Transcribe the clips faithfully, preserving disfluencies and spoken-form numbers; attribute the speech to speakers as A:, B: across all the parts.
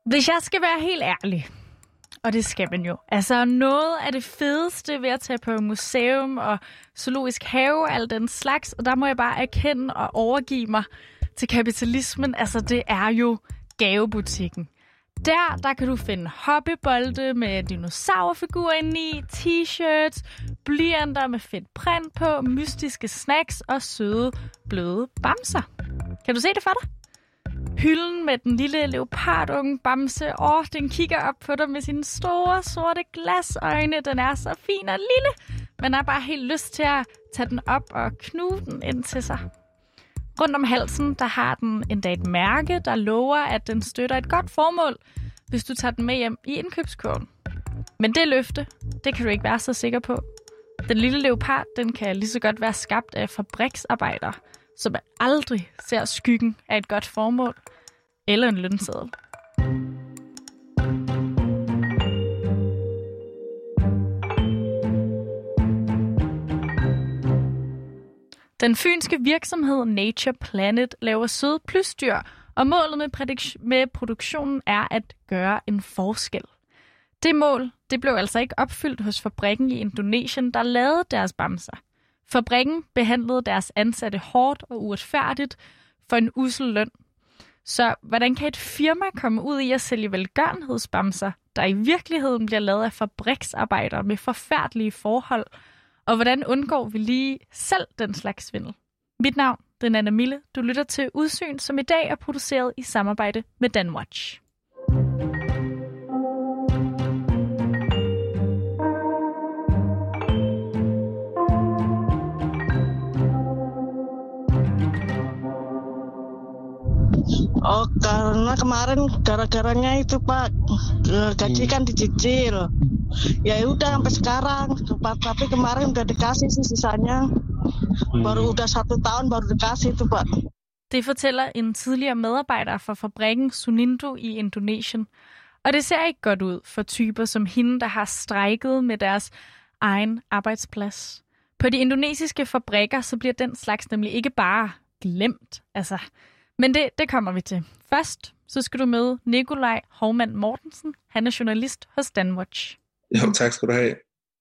A: Hvis jeg skal være helt ærlig, og det skal man jo, altså noget af det fedeste ved at tage på museum og zoologisk have, al den slags, og der må jeg bare erkende og overgive mig til kapitalismen, altså det er jo gavebutikken. Der, der kan du finde hoppebolde med dinosaurfigurer indeni, t-shirts, blyanter med fedt print på, mystiske snacks og søde, bløde bamser. Kan du se det for dig? Hylden med den lille leopardunge bamse, åh, den kigger op på dig med sine store, sorte glasøjne. Den er så fin og lille. Man har bare helt lyst til at tage den op og knuge den ind til sig. Rundt om halsen, der har den endda et mærke, der lover, at den støtter et godt formål, hvis du tager den med hjem i indkøbskurven. Men det løfte, det kan du ikke være så sikker på. Den lille leopard, den kan lige så godt være skabt af fabriksarbejdere, som aldrig ser skyggen af et godt formål eller en lønseddel. Den fynske virksomhed Nature Planet laver søde plysdyr, og målet med, prædik- med produktionen er at gøre en forskel. Det mål det blev altså ikke opfyldt hos fabrikken i Indonesien, der lavede deres bamser. Fabrikken behandlede deres ansatte hårdt og uretfærdigt for en ussel løn. Så hvordan kan et firma komme ud i at sælge velgørenhedsbamser, der i virkeligheden bliver lavet af fabriksarbejdere med forfærdelige forhold? Og hvordan undgår vi lige selv den slags svindel? Mit navn det er Anna Mille. Du lytter til Udsyn, som i dag er produceret i samarbejde med Danwatch.
B: Oh, karena kemarin gara-garanya itu Pak, gaji kan dicicil. Ya udah sampai sekarang, tapi kemarin udah dikasih sih sisanya. Baru udah satu tahun baru dikasih itu Pak.
A: Det fortæller en tidligere medarbejder fra fabrikken Sunindo i Indonesien. Og det ser ikke godt ud for typer som hende, der har strejket med deres egen arbejdsplads. På de indonesiske fabrikker, så bliver den slags nemlig ikke bare glemt. Altså, men det, det kommer vi til. Først så skal du møde Nikolaj Hovmand Mortensen. Han er journalist hos Danwatch.
C: Jo, tak skal du have.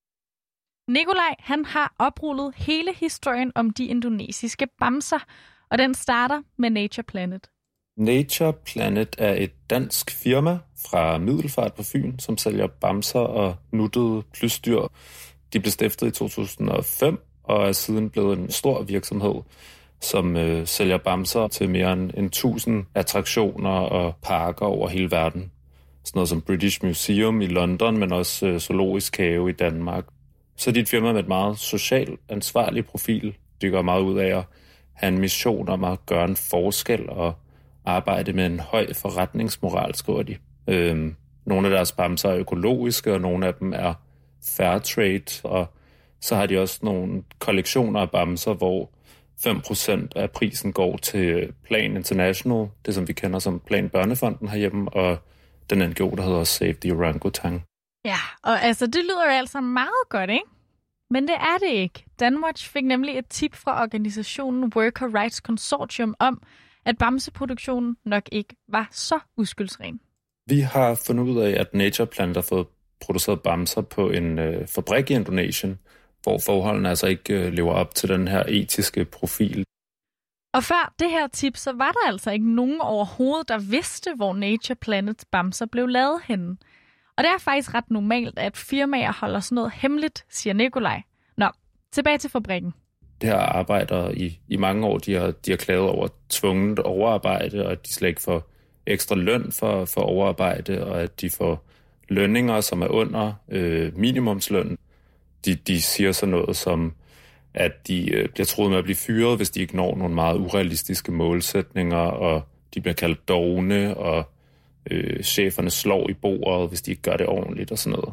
A: Nikolaj, han har oprullet hele historien om de indonesiske bamser, og den starter med Nature Planet.
D: Nature Planet er et dansk firma fra Middelfart på Fyn, som sælger bamser og nuttede plysdyr. De blev stiftet i to tusind og fem og er siden blevet en stor virksomhed, som øh, sælger bamser til mere end en tusind attraktioner og parker over hele verden. Sådan noget som British Museum i London, men også øh, zoologisk have i Danmark. Så er de et firma med et meget socialt ansvarlig profil. De gør meget ud af at have en mission om at gøre en forskel og arbejde med en høj forretningsmoral, skriver de. Øhm, nogle af deres bamser er økologiske, og nogle af dem er fair trade, og så har de også nogle kollektioner af bamser, hvor fem procent af prisen går til Plan International, det som vi kender som Plan Børnefonden herhjemme, og den N G O, der hedder Save the Orangutan.
A: Ja, og altså det lyder jo altså meget godt, ikke? Men det er det ikke. Danwatch fik nemlig et tip fra organisationen Worker Rights Consortium om, at bamseproduktionen nok ikke var så uskyldsren.
D: Vi har fundet ud af, at Nature Planet har fået produceret bamser på en øh, fabrik i Indonesien, hvor forholdene altså ikke øh, lever op til den her etiske profil.
A: Og før det her tip, så var der altså ikke nogen overhovedet, der vidste, hvor Nature Planets bamser blev lavet henne. Og det er faktisk ret normalt, at firmaer holder sådan noget hemmeligt, siger Nikolaj. Nå, tilbage til fabrikken.
D: Det her arbejder i, i mange år, de har, de har klaget over tvunget overarbejde, og at de slet ikke får ekstra løn for, for overarbejde, og at de får lønninger, som er under øh, minimumsløn. De, de siger så noget som, at de øh, bliver troet med at blive fyret, hvis de ikke når nogle meget urealistiske målsætninger, og de bliver kaldt dovne, og øh, cheferne slår i bordet, hvis de ikke gør det ordentligt og sådan noget.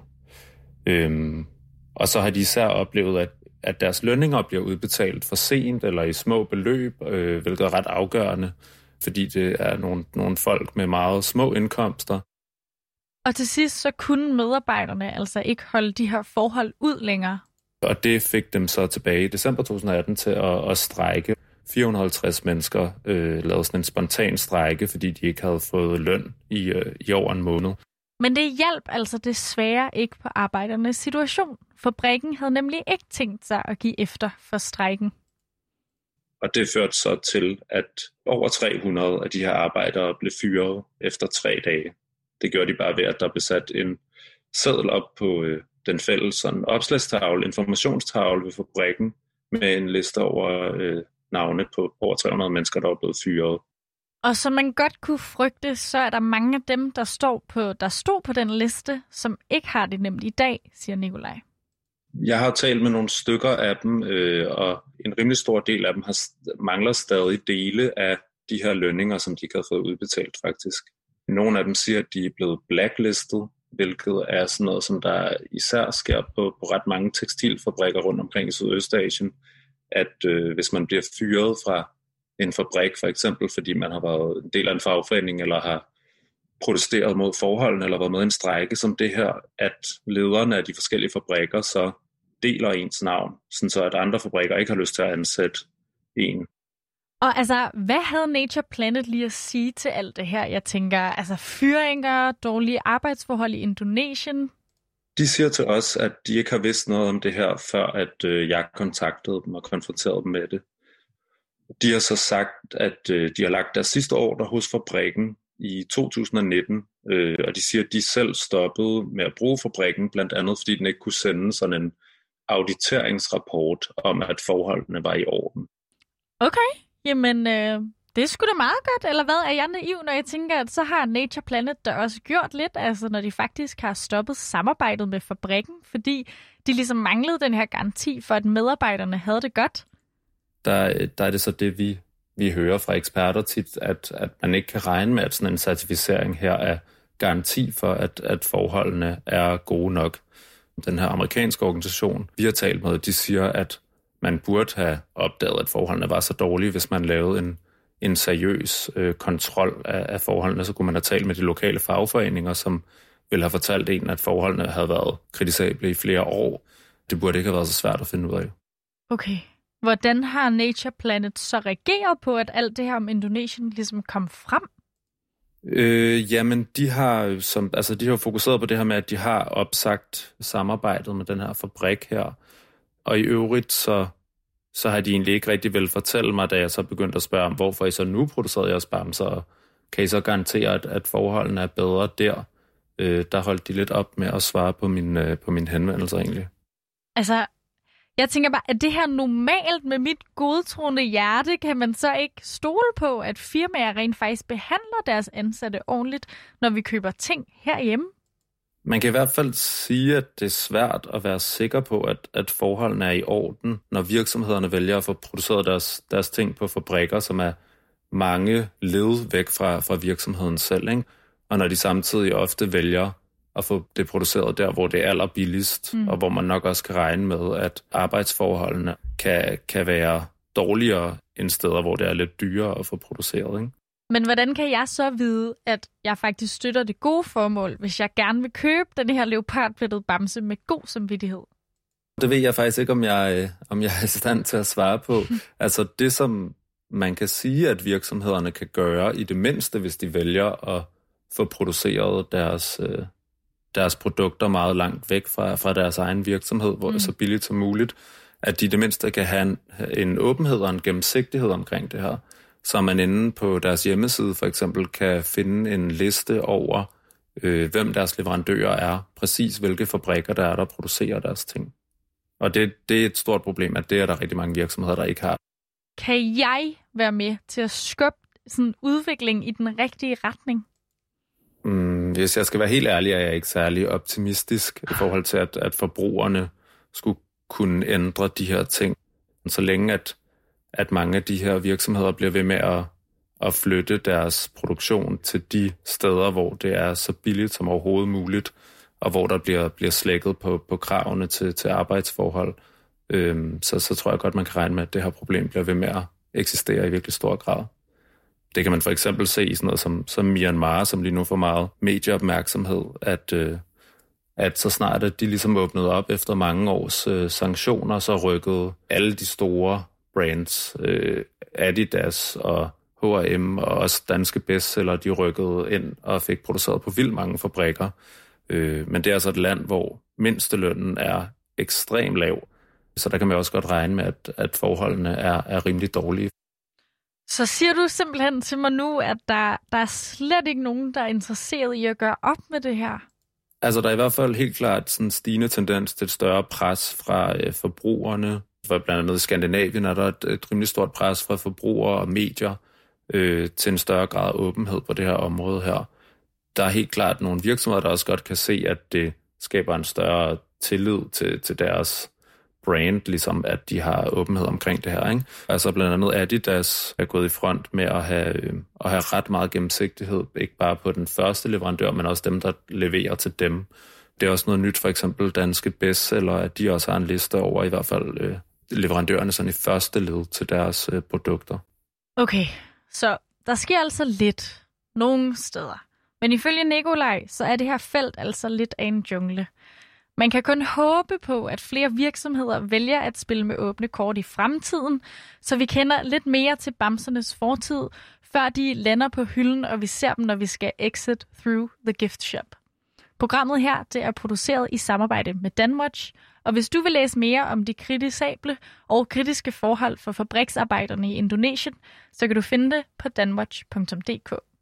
D: Øhm, og så har de især oplevet, at, at deres lønninger bliver udbetalt for sent eller i små beløb, øh, hvilket er ret afgørende, fordi det er nogle, nogle folk med meget små indkomster.
A: Og til sidst så kunne medarbejderne altså ikke holde de her forhold ud længere.
D: Og det fik dem så tilbage i december to tusind og atten til at, at strejke. fire hundrede og halvtreds mennesker øh, lavede sådan en spontan strejke, fordi de ikke havde fået løn i, øh, i over en måned.
A: Men det hjalp altså desværre ikke på arbejdernes situation. Fabrikken havde nemlig ikke tænkt sig at give efter for strejken.
D: Og det førte så til, at over tre hundrede af de her arbejdere blev fyret efter tre dage. Det gjorde de bare ved, at der blev sat en seddel op på øh, den fælles sådan opslagstavle, informationstavle ved fabrikken, med en liste over øh, navne på over tre hundrede mennesker, der var blevet fyret.
A: Og som man godt kunne frygte, så er der mange af dem, der, står på, der stod på den liste, som ikke har det nemt i dag, siger Nikolaj.
D: Jeg har talt med nogle stykker af dem, øh, og en rimelig stor del af dem har, mangler stadig dele af de her lønninger, som de ikke har fået udbetalt faktisk. Nogle af dem siger, at de er blevet blacklistet, hvilket er sådan noget, som der især sker på, på ret mange tekstilfabrikker rundt omkring i Sydøstasien, at øh, hvis man bliver fyret fra en fabrik for eksempel, fordi man har været en del af en fagforening eller har protesteret mod forholdene eller været med i en strejke som det her, at lederne af de forskellige fabrikker så deler ens navn, sådan så at andre fabrikker ikke har lyst til at ansætte en.
A: Og altså, hvad havde Nature Planet lige at sige til alt det her? Jeg tænker, altså fyringer, dårlige arbejdsforhold i Indonesien.
D: De siger til os, at de ikke har vidst noget om det her, før at øh, jeg kontaktede dem og konfronterede dem med det. De har så sagt, at øh, de har lagt deres sidste ordre hos fabrikken i to tusind og nitten, øh, og de siger, at de selv stoppede med at bruge fabrikken, blandt andet fordi den ikke kunne sende sådan en auditeringsrapport om, at forholdene var i orden.
A: Okay, jamen øh, det er sgu da meget godt, eller hvad? Er jeg naiv, når jeg tænker, at så har Nature Planet da også gjort lidt, altså når de faktisk har stoppet samarbejdet med fabrikken, fordi de ligesom manglede den her garanti for, at medarbejderne havde det godt?
D: Der, der er det så det, vi, vi hører fra eksperter tit, at, at man ikke kan regne med, at sådan en certificering her er garanti for, at, at forholdene er gode nok. Den her amerikanske organisation, vi har talt med, de siger, at man burde have opdaget, at forholdene var så dårlige, hvis man lavede en, en seriøs øh, kontrol af, af forholdene. Så kunne man have talt med de lokale fagforeninger, som ville have fortalt en, at forholdene havde været kritisable i flere år. Det burde ikke have været så svært at finde ud af.
A: Okay. Hvordan har Nature Planet så reageret på, at alt det her om Indonesien ligesom kom frem?
D: Øh, jamen, de har, som, altså, de har fokuseret på det her med, at de har opsagt samarbejdet med den her fabrik her. Og i øvrigt, så, så har de egentlig ikke rigtig vel fortælle mig, da jeg så begyndte at spørge om, hvorfor I så nu producerede jeres bamser, og kan I så garantere, at, at forholdene er bedre der? Øh, der holdt de lidt op med at svare på min, øh, på min henvendelse egentlig.
A: Altså, jeg tænker bare, at det her normalt med mit godtroende hjerte, kan man så ikke stole på, at firmaer rent faktisk behandler deres ansatte ordentligt, når vi køber ting herhjemme?
D: Man kan i hvert fald sige, at det er svært at være sikker på, at, at forholdene er i orden, når virksomhederne vælger at få produceret deres, deres ting på fabrikker, som er mange led væk fra, fra virksomheden selv, ikke? Og når de samtidig ofte vælger at få det produceret der, hvor det er allerbilligst, mm. og hvor man nok også kan regne med, at arbejdsforholdene kan, kan være dårligere end steder, hvor det er lidt dyrere at få produceret, ikke?
A: Men hvordan kan jeg så vide, at jeg faktisk støtter det gode formål, hvis jeg gerne vil købe den her leopardplettede bamse med god samvittighed?
D: Det ved jeg faktisk ikke, om jeg, om jeg er i stand til at svare på. Altså det, som man kan sige, at virksomhederne kan gøre i det mindste, hvis de vælger at få produceret deres, deres produkter meget langt væk fra, fra deres egen virksomhed, hvor mm. det er så billigt som muligt, at de i det mindste kan have en, en åbenhed og en gennemsigtighed omkring det her. Så man inde på deres hjemmeside for eksempel kan finde en liste over, øh, hvem deres leverandører er, præcis hvilke fabrikker der er, der producerer deres ting. Og det, det er et stort problem, at det er der rigtig mange virksomheder, der ikke har.
A: Kan jeg være med til at skubbe sådan en udvikling i den rigtige retning?
D: Mm, hvis jeg skal være helt ærlig, er jeg ikke særlig optimistisk i forhold til, at, at forbrugerne skulle kunne ændre de her ting. Så længe at at mange af de her virksomheder bliver ved med at, at flytte deres produktion til de steder, hvor det er så billigt som overhovedet muligt, og hvor der bliver, bliver slækket på, på kravene til, til arbejdsforhold, øhm, så, så tror jeg godt, man kan regne med, at det her problem bliver ved med at eksistere i virkelig stor grad. Det kan man for eksempel se i sådan noget som, som Myanmar, som lige nu får meget medieopmærksomhed, at, øh, at så snart at de ligesom åbnede op efter mange års øh, sanktioner, så rykkede alle de store brands. Øh, Adidas og H og M og også danske bestseller, de rykkede ind og fik produceret på vildt mange fabrikker. Øh, men det er altså et land, hvor mindstelønnen er ekstremt lav. Så der kan man også godt regne med, at, at forholdene er, er rimelig dårlige.
A: Så siger du simpelthen til mig nu, at der, der er slet ikke nogen, der er interesseret i at gøre op med det her?
D: Altså, der er i hvert fald helt klart sådan en stigende tendens til et større pres fra øh, forbrugerne. For blandt andet i Skandinavien er der et, et rimelig stort pres fra forbrugere og medier øh, til en større grad af åbenhed på det her område her. Der er helt klart nogle virksomheder, der også godt kan se, at det skaber en større tillid til, til deres brand, ligesom at de har åbenhed omkring det her, ikke? Altså blandt andet Adidas er gået i front med at have, øh, at have ret meget gennemsigtighed, ikke bare på den første leverandør, men også dem, der leverer til dem. Det er også noget nyt, for eksempel danske bestseller, at de også har en liste over i hvert fald øh, leverandørerne sådan i første led til deres øh, produkter.
A: Okay, så der sker altså lidt nogle steder. Men ifølge Nikolaj, så er det her felt altså lidt af en jungle. Man kan kun håbe på, at flere virksomheder vælger at spille med åbne kort i fremtiden, så vi kender lidt mere til bamsernes fortid, før de lander på hylden, og vi ser dem, når vi skal exit through the gift shop. Programmet her det er produceret i samarbejde med Danwatch, og hvis du vil læse mere om de kritisable og kritiske forhold for fabriksarbejderne i Indonesien, så kan du finde det på danwatch punktum d k.